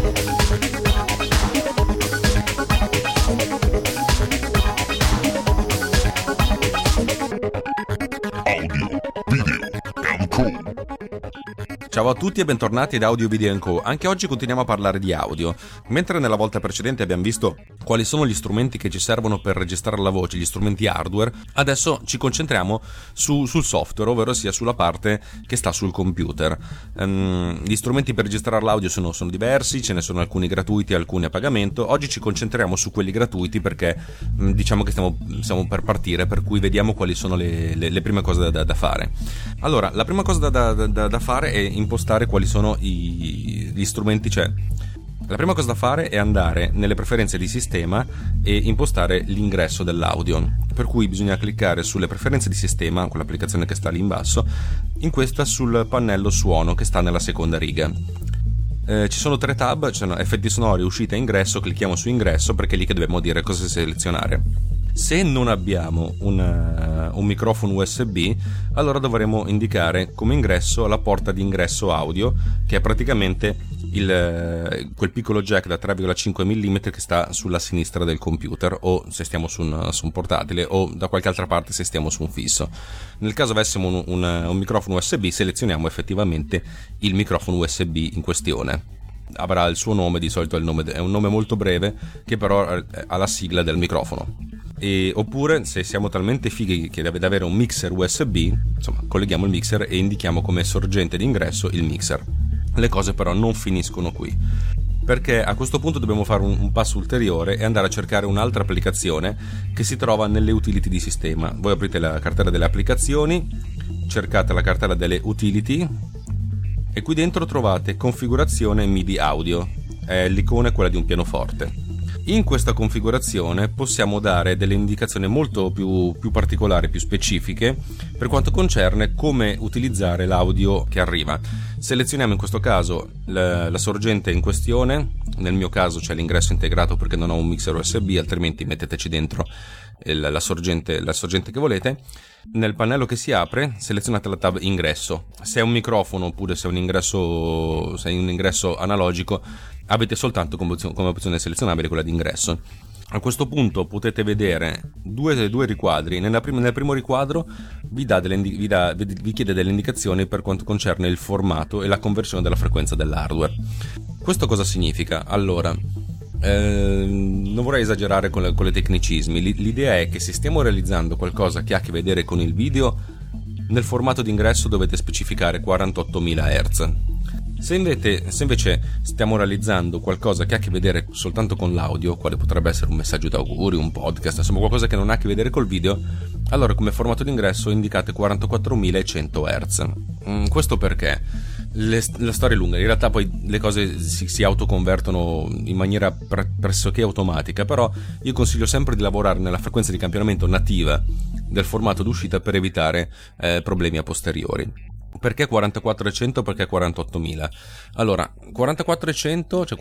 Ciao a tutti e bentornati ad Audio Video & Co. Anche oggi continuiamo a parlare di audio. Mentre nella volta precedente abbiamo visto quali sono gli strumenti che ci servono per registrare la voce, gli strumenti hardware, adesso ci concentriamo sul software, ovvero sia sulla parte che sta sul computer. Gli strumenti per registrare l'audio sono diversi, ce ne sono alcuni gratuiti e alcuni a pagamento. Oggi ci concentriamo su quelli gratuiti perché diciamo che stiamo per partire, per cui vediamo quali sono le prime cose da fare. Allora, la prima cosa da fare è impostare quali sono gli strumenti, cioè la prima cosa da fare è andare nelle preferenze di sistema e impostare l'ingresso dell'audio, per cui bisogna cliccare sulle preferenze di sistema, quell'applicazione che sta lì in basso, in questa sul pannello suono che sta nella seconda riga. Ci sono 3 tab, cioè effetti sonori, uscita e ingresso. Clicchiamo su ingresso perché è lì che dobbiamo dire cosa selezionare. Se non abbiamo un microfono USB, allora dovremo indicare come ingresso la porta di ingresso audio, che è praticamente quel piccolo jack da 3,5 mm che sta sulla sinistra del computer, o se stiamo su un portatile, o da qualche altra parte se stiamo su un fisso. Nel caso avessimo un microfono USB, selezioniamo effettivamente il microfono USB in questione. Avrà il suo nome, di solito è un nome molto breve che però ha la sigla del microfono. Oppure, se siamo talmente fighi che deve avere un mixer USB, insomma, colleghiamo il mixer e indichiamo come sorgente d'ingresso il mixer. Le cose però non finiscono qui, perché a questo punto dobbiamo fare un passo ulteriore e andare a cercare un'altra applicazione che si trova nelle utility di sistema. Voi aprite la cartella delle applicazioni, cercate la cartella delle utility e qui dentro trovate configurazione MIDI audio. L'icona è quella di un pianoforte. In questa configurazione possiamo dare delle indicazioni molto più particolari, più specifiche per quanto concerne come utilizzare l'audio che arriva. Selezioniamo in questo caso la sorgente in questione. Nel mio caso c'è l'ingresso integrato perché non ho un mixer USB, altrimenti metteteci dentro la sorgente che volete. Nel pannello che si apre selezionate la tab ingresso. Se è un microfono oppure se è un ingresso analogico, avete soltanto come opzione selezionabile quella di ingresso. A questo punto potete vedere due riquadri. Nel primo riquadro vi chiede delle indicazioni per quanto concerne il formato e la conversione della frequenza dell'hardware. Questo cosa significa? Allora, non vorrei esagerare con le tecnicismi. L'idea è che se stiamo realizzando qualcosa che ha a che vedere con il video, nel formato d'ingresso dovete specificare 48.000 Hz. Se invece stiamo realizzando qualcosa che ha a che vedere soltanto con l'audio, quale potrebbe essere un messaggio d'auguri, un podcast, insomma qualcosa che non ha a che vedere col video, allora come formato d'ingresso indicate 44.100 Hz. Questo perché la storia è lunga, in realtà poi le cose si autoconvertono in maniera pressoché automatica, però io consiglio sempre di lavorare nella frequenza di campionamento nativa del formato d'uscita per evitare problemi a posteriori. Perché 44.100? Perché 48.000? Allora, 44.100, cioè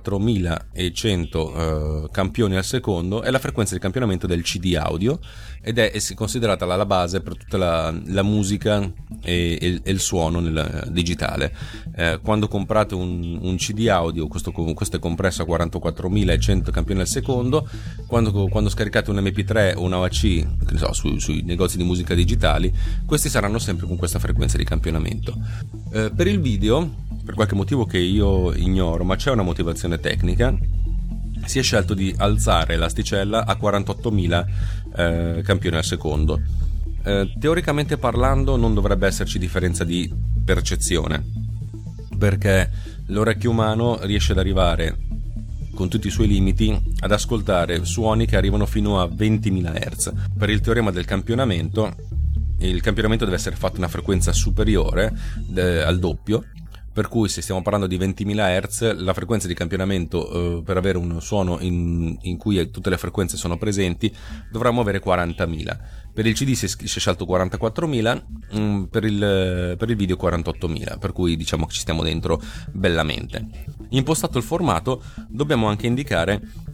44.100 campioni al secondo, è la frequenza di campionamento del CD audio ed è considerata la base per tutta la musica e il suono nel digitale. Quando comprate un CD audio, questo è compresso a 44.100 campioni al secondo. Quando scaricate un MP3 o un AAC, che ne so, sui negozi di musica digitali, questi saranno sempre con questa frequenza di campionamento. Per il video, per qualche motivo che io ignoro, ma c'è una motivazione tecnica, si è scelto di alzare l'asticella a 48.000 campioni al secondo. Teoricamente parlando non dovrebbe esserci differenza di percezione, perché l'orecchio umano riesce ad arrivare, con tutti i suoi limiti, ad ascoltare suoni che arrivano fino a 20.000 Hz. Per il teorema del campionamento, il campionamento deve essere fatto a una frequenza superiore al doppio, per cui se stiamo parlando di 20.000 Hz, la frequenza di campionamento per avere un suono in cui tutte le frequenze sono presenti dovremmo avere 40.000. Per il CD si è scelto 44.000, per il video 48.000, per cui diciamo che ci stiamo dentro bellamente. Impostato il formato, dobbiamo anche indicare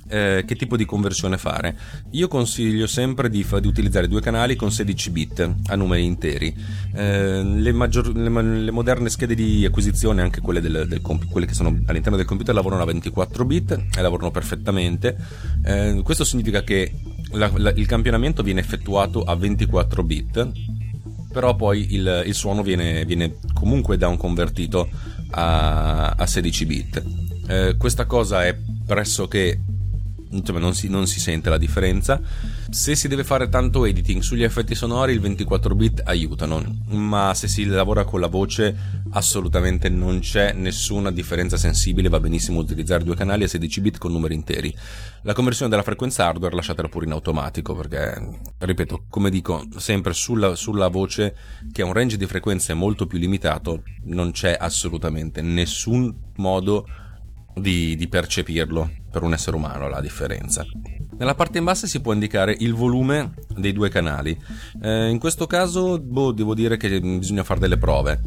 che tipo di conversione fare. Io consiglio sempre di utilizzare 2 canali con 16 bit a numeri interi. Le moderne schede di acquisizione, anche quelle quelle che sono all'interno del computer, lavorano a 24 bit e lavorano perfettamente. Questo significa che il campionamento viene effettuato a 24 bit, però poi il suono viene comunque down convertito a 16 bit. Questa cosa è pressoché, insomma, non si sente la differenza. Se si deve fare tanto editing sugli effetti sonori, il 24 bit aiutano, ma se si lavora con la voce assolutamente non c'è nessuna differenza sensibile. Va benissimo utilizzare 2 canali a 16 bit con numeri interi. La conversione della frequenza hardware lasciatela pure in automatico, perché, ripeto, come dico sempre, sulla voce, che ha un range di frequenze molto più limitato, non c'è assolutamente nessun modo di percepirlo per un essere umano la differenza. Nella parte in basso si può indicare il volume dei 2 canali. In questo caso devo dire che bisogna fare delle prove.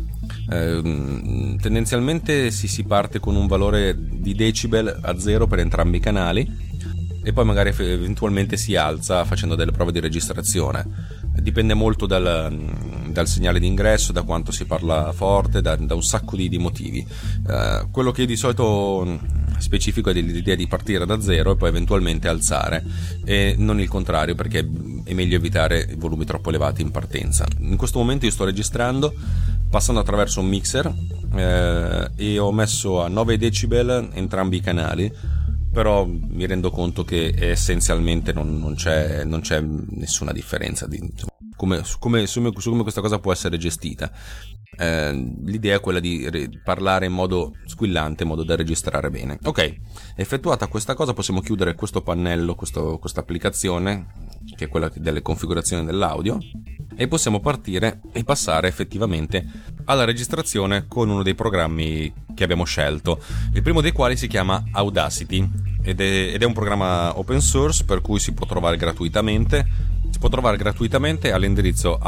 Tendenzialmente si parte con un valore di decibel a 0 per entrambi i canali e poi magari eventualmente si alza facendo delle prove di registrazione. Dipende molto dal segnale d'ingresso, da quanto si parla forte, da un sacco di motivi. Quello che io di solito specifico è l'idea di partire da 0 e poi eventualmente alzare, e non il contrario, perché è meglio evitare volumi troppo elevati in partenza. In questo momento io sto registrando passando attraverso un mixer e ho messo a 9 decibel entrambi i canali, però mi rendo conto che essenzialmente non c'è nessuna differenza su come questa cosa può essere gestita. L'idea è quella di parlare in modo squillante, in modo da registrare bene. Ok, effettuata questa cosa possiamo chiudere questo pannello, questa applicazione che è quella delle configurazioni dell'audio, e possiamo partire e passare effettivamente alla registrazione con uno dei programmi che abbiamo scelto, il primo dei quali si chiama Audacity ed è un programma open source, per cui si può trovare gratuitamente all'indirizzo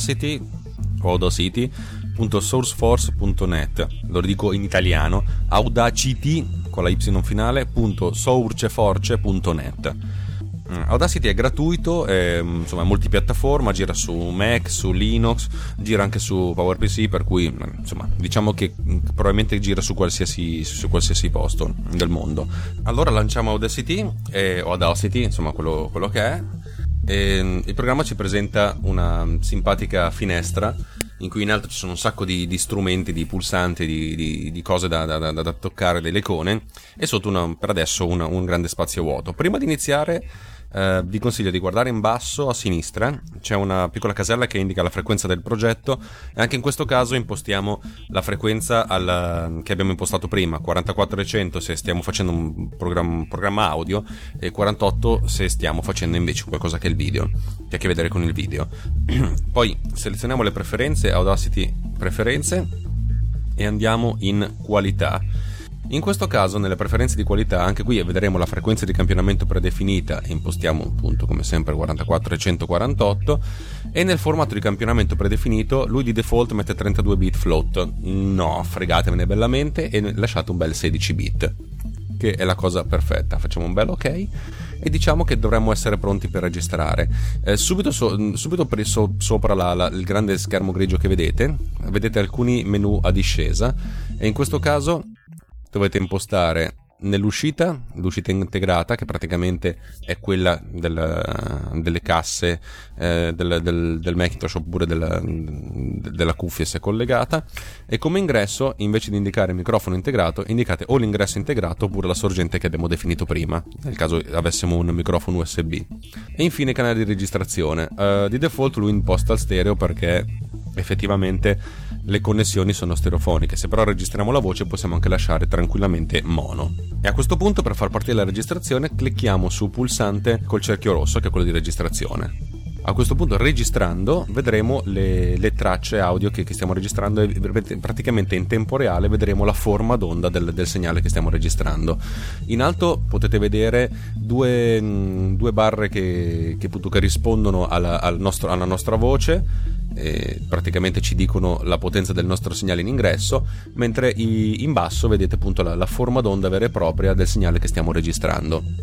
audacity.sourceforce.net. Lo dico in italiano: audacity con la y finale .sourceforce.net. Audacity è gratuito, è multipiattaforma, gira su Mac, su Linux, gira anche su PowerPC, per cui insomma diciamo che probabilmente gira su qualsiasi posto del mondo. Allora lanciamo Audacity o Audacity, insomma quello che è. E il programma ci presenta una simpatica finestra in cui in alto ci sono un sacco di strumenti, di pulsanti, di cose da toccare, delle icone, e sotto per adesso un grande spazio vuoto. Prima di iniziare vi consiglio di guardare in basso a sinistra, c'è una piccola casella che indica la frequenza del progetto, e anche in questo caso impostiamo la frequenza che abbiamo impostato prima, 4400 se stiamo facendo un programma audio e 48 se stiamo facendo invece qualcosa che è il video, che ha a che vedere con il video. Poi selezioniamo le preferenze, Audacity preferenze, e andiamo in qualità. In questo caso, nelle preferenze di qualità, anche qui vedremo la frequenza di campionamento predefinita e impostiamo appunto come sempre 44 e 148, e nel formato di campionamento predefinito lui di default mette 32 bit float. No, fregatemene bellamente e lasciate un bel 16 bit, che è la cosa perfetta. Facciamo un bel ok e diciamo che dovremmo essere pronti per registrare. Subito sopra il grande schermo grigio che vedete alcuni menu a discesa, e in questo caso dovete impostare l'uscita integrata, che praticamente è quella delle casse del Macintosh oppure della cuffia se collegata, e come ingresso, invece di indicare il microfono integrato, indicate o l'ingresso integrato oppure la sorgente che abbiamo definito prima, nel caso avessimo un microfono USB. E infine canale di registrazione. Di default lui imposta il stereo, perché effettivamente le connessioni sono stereofoniche. Se però registriamo la voce possiamo anche lasciare tranquillamente mono. E a questo punto, per far partire la registrazione, clicchiamo sul pulsante col cerchio rosso, che è quello di registrazione. A questo punto, registrando, vedremo le tracce audio che stiamo registrando, e praticamente in tempo reale vedremo la forma d'onda del segnale che stiamo registrando. In alto potete vedere due barre che rispondono alla nostra voce, e praticamente ci dicono la potenza del nostro segnale in ingresso, mentre in basso vedete appunto la forma d'onda vera e propria del segnale che stiamo registrando.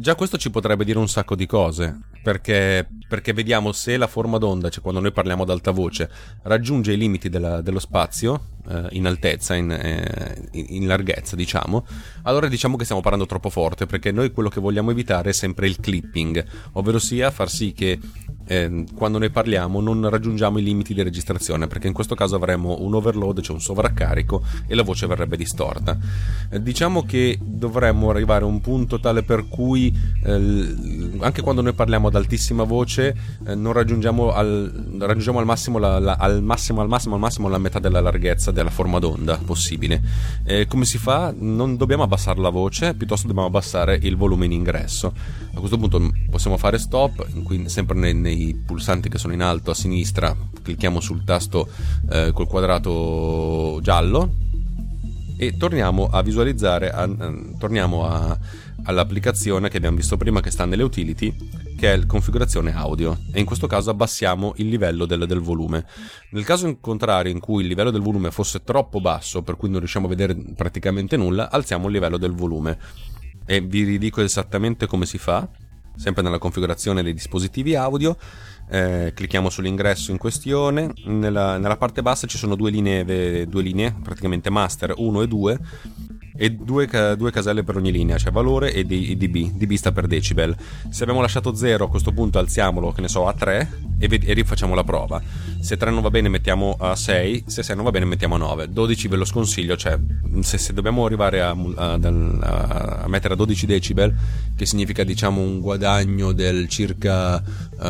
Già questo ci potrebbe dire un sacco di cose, perché vediamo se la forma d'onda, cioè quando noi parliamo ad alta voce, raggiunge i limiti dello spazio, in altezza, in larghezza, diciamo, allora diciamo che stiamo parlando troppo forte, perché noi quello che vogliamo evitare è sempre il clipping, ovvero sia far sì che quando noi parliamo non raggiungiamo i limiti di registrazione, perché in questo caso avremo un overload, cioè un sovraccarico, e la voce verrebbe distorta. Diciamo che dovremmo arrivare a un punto tale per cui anche quando noi parliamo ad altissima voce non raggiungiamo al massimo al massimo la metà della larghezza della forma d'onda possibile. Come si fa? Non dobbiamo abbassare la voce, piuttosto dobbiamo abbassare il volume in ingresso. A questo punto possiamo fare stop, quindi sempre nei pulsanti che sono in alto a sinistra clicchiamo sul tasto col quadrato giallo e torniamo a visualizzare, all'applicazione che abbiamo visto prima, che sta nelle utility, che è configurazione audio, e in questo caso abbassiamo il livello del volume. Nel caso contrario, in cui il livello del volume fosse troppo basso, per cui non riusciamo a vedere praticamente nulla, alziamo il livello del volume. E vi ridico esattamente come si fa, sempre nella configurazione dei dispositivi audio. Clicchiamo sull'ingresso in questione, nella parte bassa ci sono due linee, praticamente master 1 e 2, e due caselle per ogni linea, cioè valore e dB sta per decibel. Se abbiamo lasciato 0, a questo punto alziamolo, che ne so, a 3 e rifacciamo la prova. Se 3 non va bene mettiamo a 6, se 6 non va bene mettiamo a 9. 12 ve lo sconsiglio, cioè se dobbiamo arrivare a mettere a 12 decibel, che significa diciamo un guadagno di circa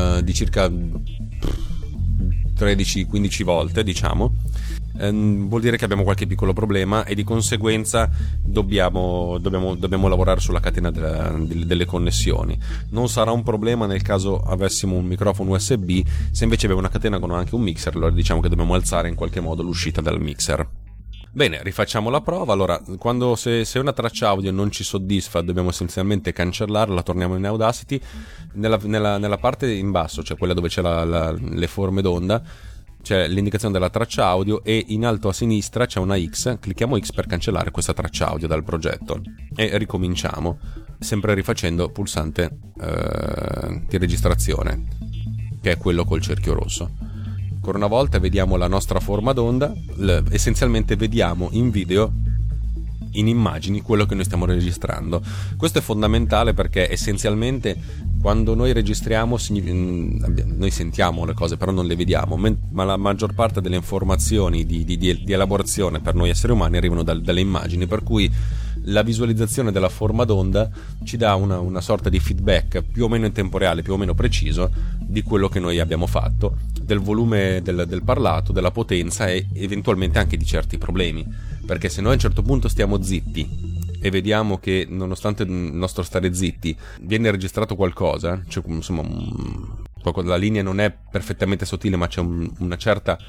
13-15 volte, diciamo, vuol dire che abbiamo qualche piccolo problema e di conseguenza dobbiamo lavorare sulla catena delle connessioni. Non sarà un problema nel caso avessimo un microfono USB, se invece abbiamo una catena con anche un mixer, allora diciamo che dobbiamo alzare in qualche modo l'uscita dal mixer. Bene, rifacciamo la prova. Allora, se una traccia audio non ci soddisfa, dobbiamo essenzialmente cancellarla, torniamo in Audacity, nella parte in basso, cioè quella dove c'è le forme d'onda, c'è l'indicazione della traccia audio, e in alto a sinistra c'è una X. Clicchiamo X per cancellare questa traccia audio dal progetto e ricominciamo, sempre rifacendo pulsante di registrazione, che è quello col cerchio rosso. Ancora una volta vediamo la nostra forma d'onda, essenzialmente vediamo in video, in immagini, quello che noi stiamo registrando. Questo è fondamentale perché essenzialmente quando noi registriamo noi sentiamo le cose, però non le vediamo, ma la maggior parte delle informazioni di elaborazione per noi esseri umani arrivano dalle immagini, per cui la visualizzazione della forma d'onda ci dà una sorta di feedback più o meno in tempo reale, più o meno preciso, di quello che noi abbiamo fatto, del volume del parlato, della potenza e eventualmente anche di certi problemi. Perché se noi a un certo punto stiamo zitti e vediamo che nonostante il nostro stare zitti viene registrato qualcosa, cioè insomma la linea non è perfettamente sottile ma c'è una certa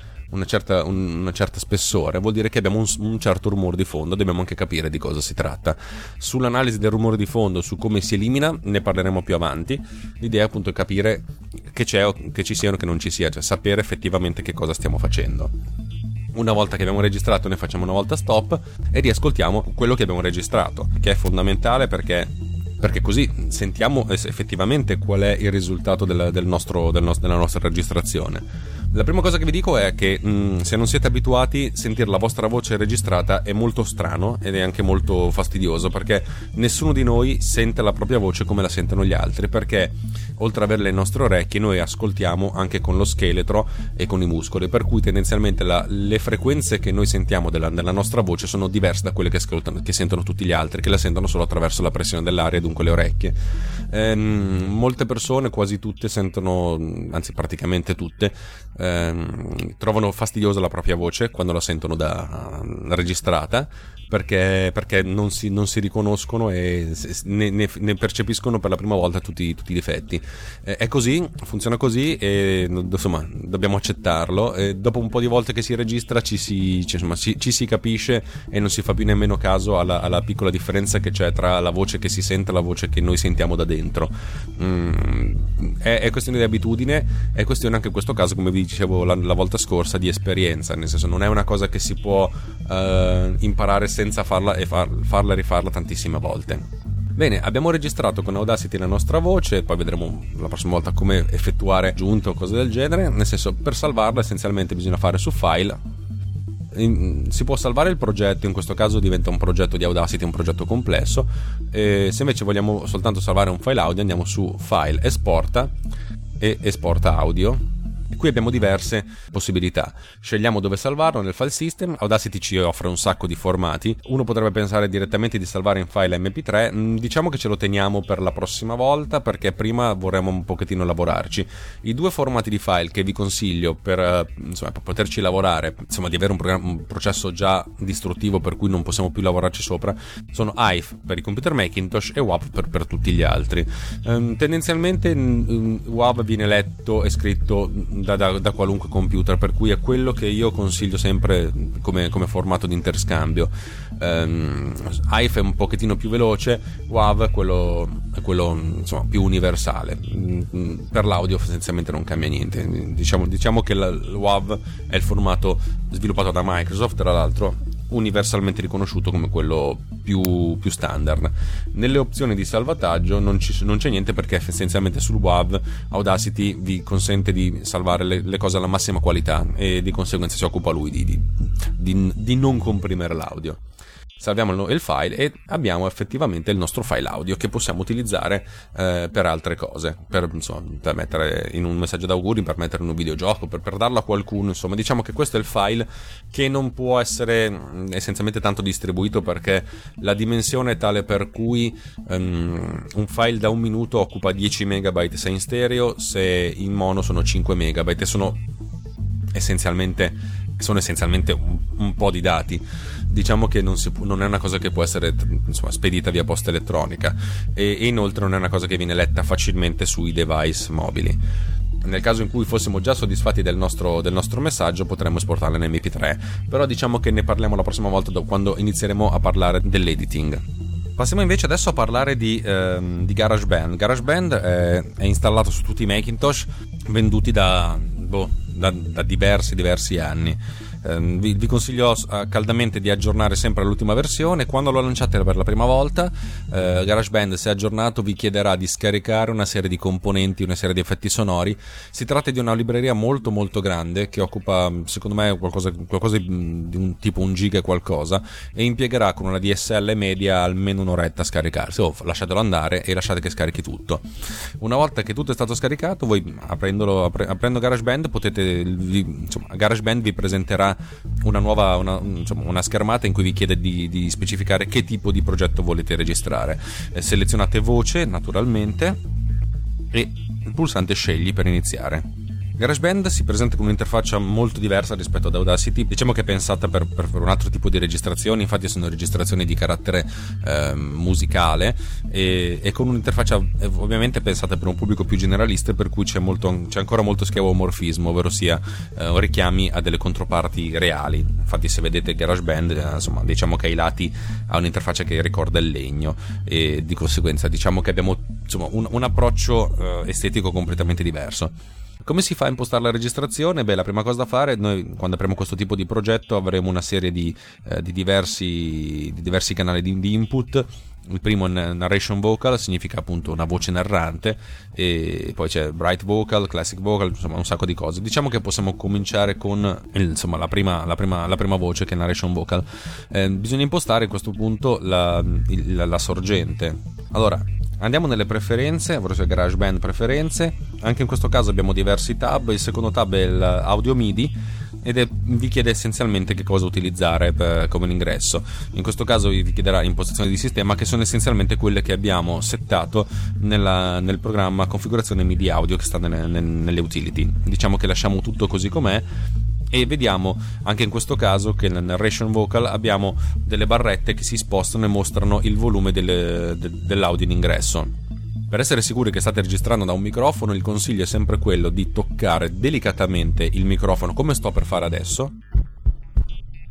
spessore, vuol dire che abbiamo un certo rumore di fondo. Dobbiamo anche capire di cosa si tratta. Sull'analisi del rumore di fondo, su come si elimina, ne parleremo più avanti. L'idea è appunto capire che ci sia o che non ci sia, cioè sapere effettivamente che cosa stiamo facendo. Una volta che abbiamo registrato ne facciamo una volta stop e riascoltiamo quello che abbiamo registrato, che è fondamentale perché così sentiamo effettivamente qual è il risultato della nostra registrazione. La prima cosa che vi dico è che se non siete abituati, sentire la vostra voce registrata è molto strano ed è anche molto fastidioso, perché nessuno di noi sente la propria voce come la sentono gli altri, perché oltre ad avere le nostre orecchie noi ascoltiamo anche con lo scheletro e con i muscoli, per cui tendenzialmente le frequenze che noi sentiamo della nostra voce sono diverse da quelle che sentono tutti gli altri, che la sentono solo attraverso la pressione dell'aria e dunque le orecchie. Molte persone, quasi tutte, sentono, anzi praticamente tutte, trovano fastidiosa la propria voce quando la sentono registrata, perché non si riconoscono e ne percepiscono per la prima volta tutti i difetti. È così, funziona così e insomma dobbiamo accettarlo. Dopo un po' di volte che si registra ci si capisce e non si fa più nemmeno caso alla piccola differenza che c'è tra la voce che si sente e la voce che noi sentiamo da dentro. È questione di abitudine, è questione anche in questo caso, come vi dicevo la volta scorsa, di esperienza, nel senso non è una cosa che si può imparare senza farla e rifarla tantissime volte. Bene, abbiamo registrato con Audacity la nostra voce, poi vedremo la prossima volta come effettuare aggiunte o cose del genere. Nel senso, per salvarla essenzialmente bisogna fare su file. Si può salvare il progetto, in questo caso diventa un progetto di Audacity, un progetto complesso. Se invece vogliamo soltanto salvare un file audio, andiamo su file, esporta e esporta audio. E qui abbiamo diverse possibilità. Scegliamo dove salvarlo nel file system. Audacity ci offre un sacco di formati. Uno potrebbe pensare direttamente di salvare in file MP3. Diciamo che ce lo teniamo per la prossima volta, perché prima vorremmo un pochettino lavorarci. I due formati di file che vi consiglio per poterci lavorare, di avere un processo già distruttivo per cui non possiamo più lavorarci sopra, sono IVE per i computer Macintosh e WAV per tutti gli altri. Tendenzialmente WAV viene letto e scritto da qualunque computer, per cui è quello che io consiglio sempre come formato di interscambio. IVE è un pochettino più veloce, WAV è quello più universale. Per l'audio essenzialmente non cambia niente. Diciamo che il WAV è il formato sviluppato da Microsoft, tra l'altro universalmente riconosciuto come quello più standard. Nelle opzioni di salvataggio non c'è niente, perché essenzialmente sul WAV Audacity vi consente di salvare le cose alla massima qualità e di conseguenza si occupa lui di non comprimere l'audio. Salviamo il file e abbiamo effettivamente il nostro file audio che possiamo utilizzare per altre cose, per mettere in un messaggio d'auguri, per mettere in un videogioco, per darlo a qualcuno. Insomma, diciamo che questo è il file che non può essere essenzialmente tanto distribuito, perché la dimensione è tale per cui un file da 1 minuto occupa 10 megabyte se in stereo, se in mono sono 5 megabyte e sono essenzialmente un po' di dati. Diciamo che non è una cosa che può essere spedita via posta elettronica e inoltre non è una cosa che viene letta facilmente sui device mobili. Nel caso in cui fossimo già soddisfatti del nostro messaggio, potremmo esportarlo in MP3, però diciamo che ne parliamo la prossima volta, quando inizieremo a parlare dell'editing. Passiamo invece adesso a parlare di GarageBand. GarageBand è installato su tutti i Macintosh venduti da diversi anni. Vi consiglio caldamente di aggiornare sempre all'ultima versione. Quando lo lanciate per la prima volta, GarageBand, se aggiornato, vi chiederà di scaricare una serie di componenti, una serie di effetti sonori. Si tratta di una libreria molto molto grande che occupa, secondo me, qualcosa di un tipo 1 giga e qualcosa, e impiegherà con una DSL media almeno un'oretta a scaricarsi. Lasciatelo andare e lasciate che scarichi tutto. Una volta che tutto è stato scaricato, voi aprendo GarageBand GarageBand vi presenterà una schermata in cui vi chiede di specificare che tipo di progetto volete registrare. Selezionate voce, naturalmente, e il pulsante scegli per iniziare. GarageBand si presenta con un'interfaccia molto diversa rispetto ad Audacity. Diciamo che è pensata per un altro tipo di registrazioni, infatti sono registrazioni di carattere musicale e con un'interfaccia ovviamente pensata per un pubblico più generalista, per cui c'è ancora molto skeuomorfismo, ovvero sia richiami a delle controparti reali. Infatti se vedete GarageBand, diciamo che ai lati ha un'interfaccia che ricorda il legno e di conseguenza diciamo che abbiamo un approccio estetico completamente diverso. Come si fa a impostare la registrazione? La prima cosa da fare, noi quando apriamo questo tipo di progetto avremo una serie di diversi canali di input. Il primo è narration vocal, significa appunto una voce narrante, e poi c'è bright vocal, classic vocal, un sacco di cose. Diciamo che possiamo cominciare con la prima voce, che è narration vocal. Bisogna impostare a questo punto la sorgente. Allora, andiamo nelle preferenze, ovvero sia GarageBand preferenze. Anche in questo caso abbiamo diversi tab. Il secondo tab è l'audio MIDI ed vi chiede essenzialmente che cosa utilizzare come un ingresso. In questo caso vi chiederà impostazioni di sistema, che sono essenzialmente quelle che abbiamo settato nel programma configurazione MIDI audio che sta nelle utility. Diciamo che lasciamo tutto così com'è e vediamo anche in questo caso che nel narration vocal abbiamo delle barrette che si spostano e mostrano il volume dell'audio in ingresso. Per essere sicuri che state registrando da un microfono, il consiglio è sempre quello di toccare delicatamente il microfono, come sto per fare adesso,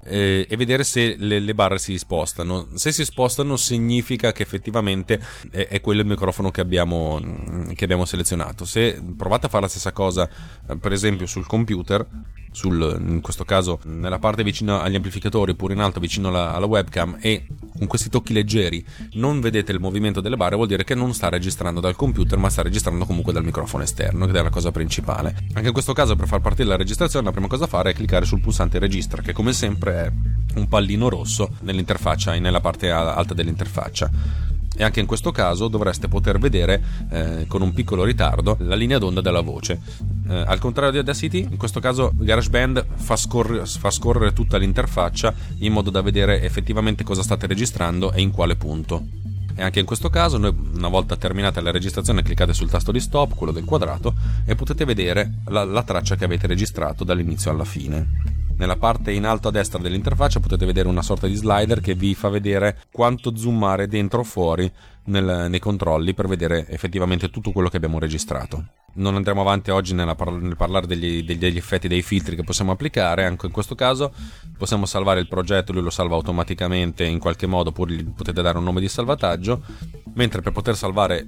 e vedere se le barre si spostano. Se si spostano significa che effettivamente è quello il microfono che abbiamo selezionato. Se provate a fare la stessa cosa per esempio sul computer, in questo caso nella parte vicino agli amplificatori oppure in alto vicino alla webcam, e con questi tocchi leggeri non vedete il movimento delle barre, vuol dire che non sta registrando dal computer ma sta registrando comunque dal microfono esterno, che è la cosa principale. Anche in questo caso, per far partire la registrazione, la prima cosa da fare è cliccare sul pulsante registra, che come sempre è un pallino rosso nell'interfaccia, nella parte alta dell'interfaccia. E anche in questo caso dovreste poter vedere con un piccolo ritardo la linea d'onda della voce. Al contrario di Audacity, in questo caso GarageBand fa scorrere tutta l'interfaccia in modo da vedere effettivamente cosa state registrando e in quale punto. E anche in questo caso noi, una volta terminata la registrazione, cliccate sul tasto di stop, quello del quadrato, e potete vedere la traccia che avete registrato dall'inizio alla fine. Nella parte in alto a destra dell'interfaccia potete vedere una sorta di slider che vi fa vedere quanto zoomare dentro o fuori nei controlli per vedere effettivamente tutto quello che abbiamo registrato. Non andremo avanti oggi nel parlare degli effetti, dei filtri che possiamo applicare. Anche in questo caso possiamo salvare il progetto, lui lo salva automaticamente in qualche modo, oppure gli potete dare un nome di salvataggio. Mentre per poter salvare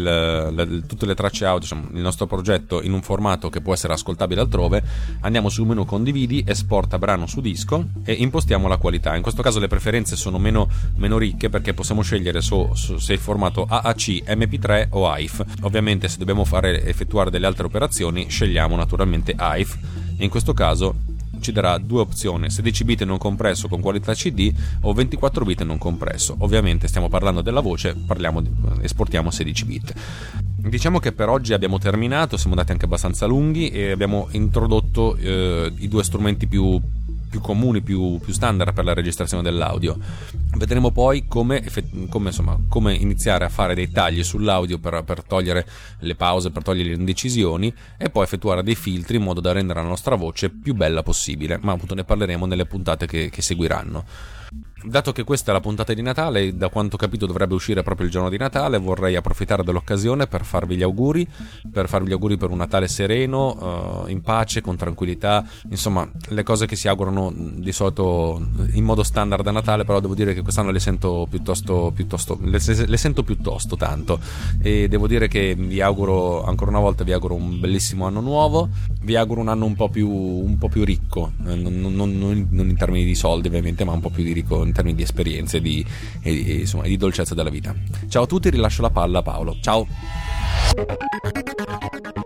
tutte le tracce audio, il nostro progetto in un formato che può essere ascoltabile altrove, andiamo sul menu condividi, esporta brano su disco e impostiamo la qualità. In questo caso le preferenze sono meno ricche, perché possiamo scegliere se il formato AAC, MP3 o AIF. Ovviamente se dobbiamo effettuare delle altre operazioni scegliamo naturalmente AIF, e in questo caso ci darà due opzioni: 16 bit non compresso con qualità CD o 24 bit non compresso. Ovviamente stiamo parlando della voce, esportiamo 16 bit. Diciamo che per oggi abbiamo terminato, siamo andati anche abbastanza lunghi e abbiamo introdotto i due strumenti più comuni, più standard per la registrazione dell'audio. Vedremo poi come iniziare a fare dei tagli sull'audio per togliere le pause, per togliere le indecisioni, e poi effettuare dei filtri in modo da rendere la nostra voce più bella possibile, ma appunto ne parleremo nelle puntate che seguiranno. Dato che questa è la puntata di Natale, da quanto ho capito dovrebbe uscire proprio il giorno di Natale, vorrei approfittare dell'occasione per farvi gli auguri per un Natale sereno, in pace, con tranquillità, insomma le cose che si augurano di solito in modo standard a Natale, però devo dire che quest'anno le sento piuttosto tanto, e devo dire che ancora una volta vi auguro un bellissimo anno nuovo, vi auguro un anno un po' più ricco, non in termini di soldi ovviamente, ma un po' più di ricco in termini di esperienze e di dolcezza della vita. Ciao a tutti, rilascio la palla a Paolo. Ciao.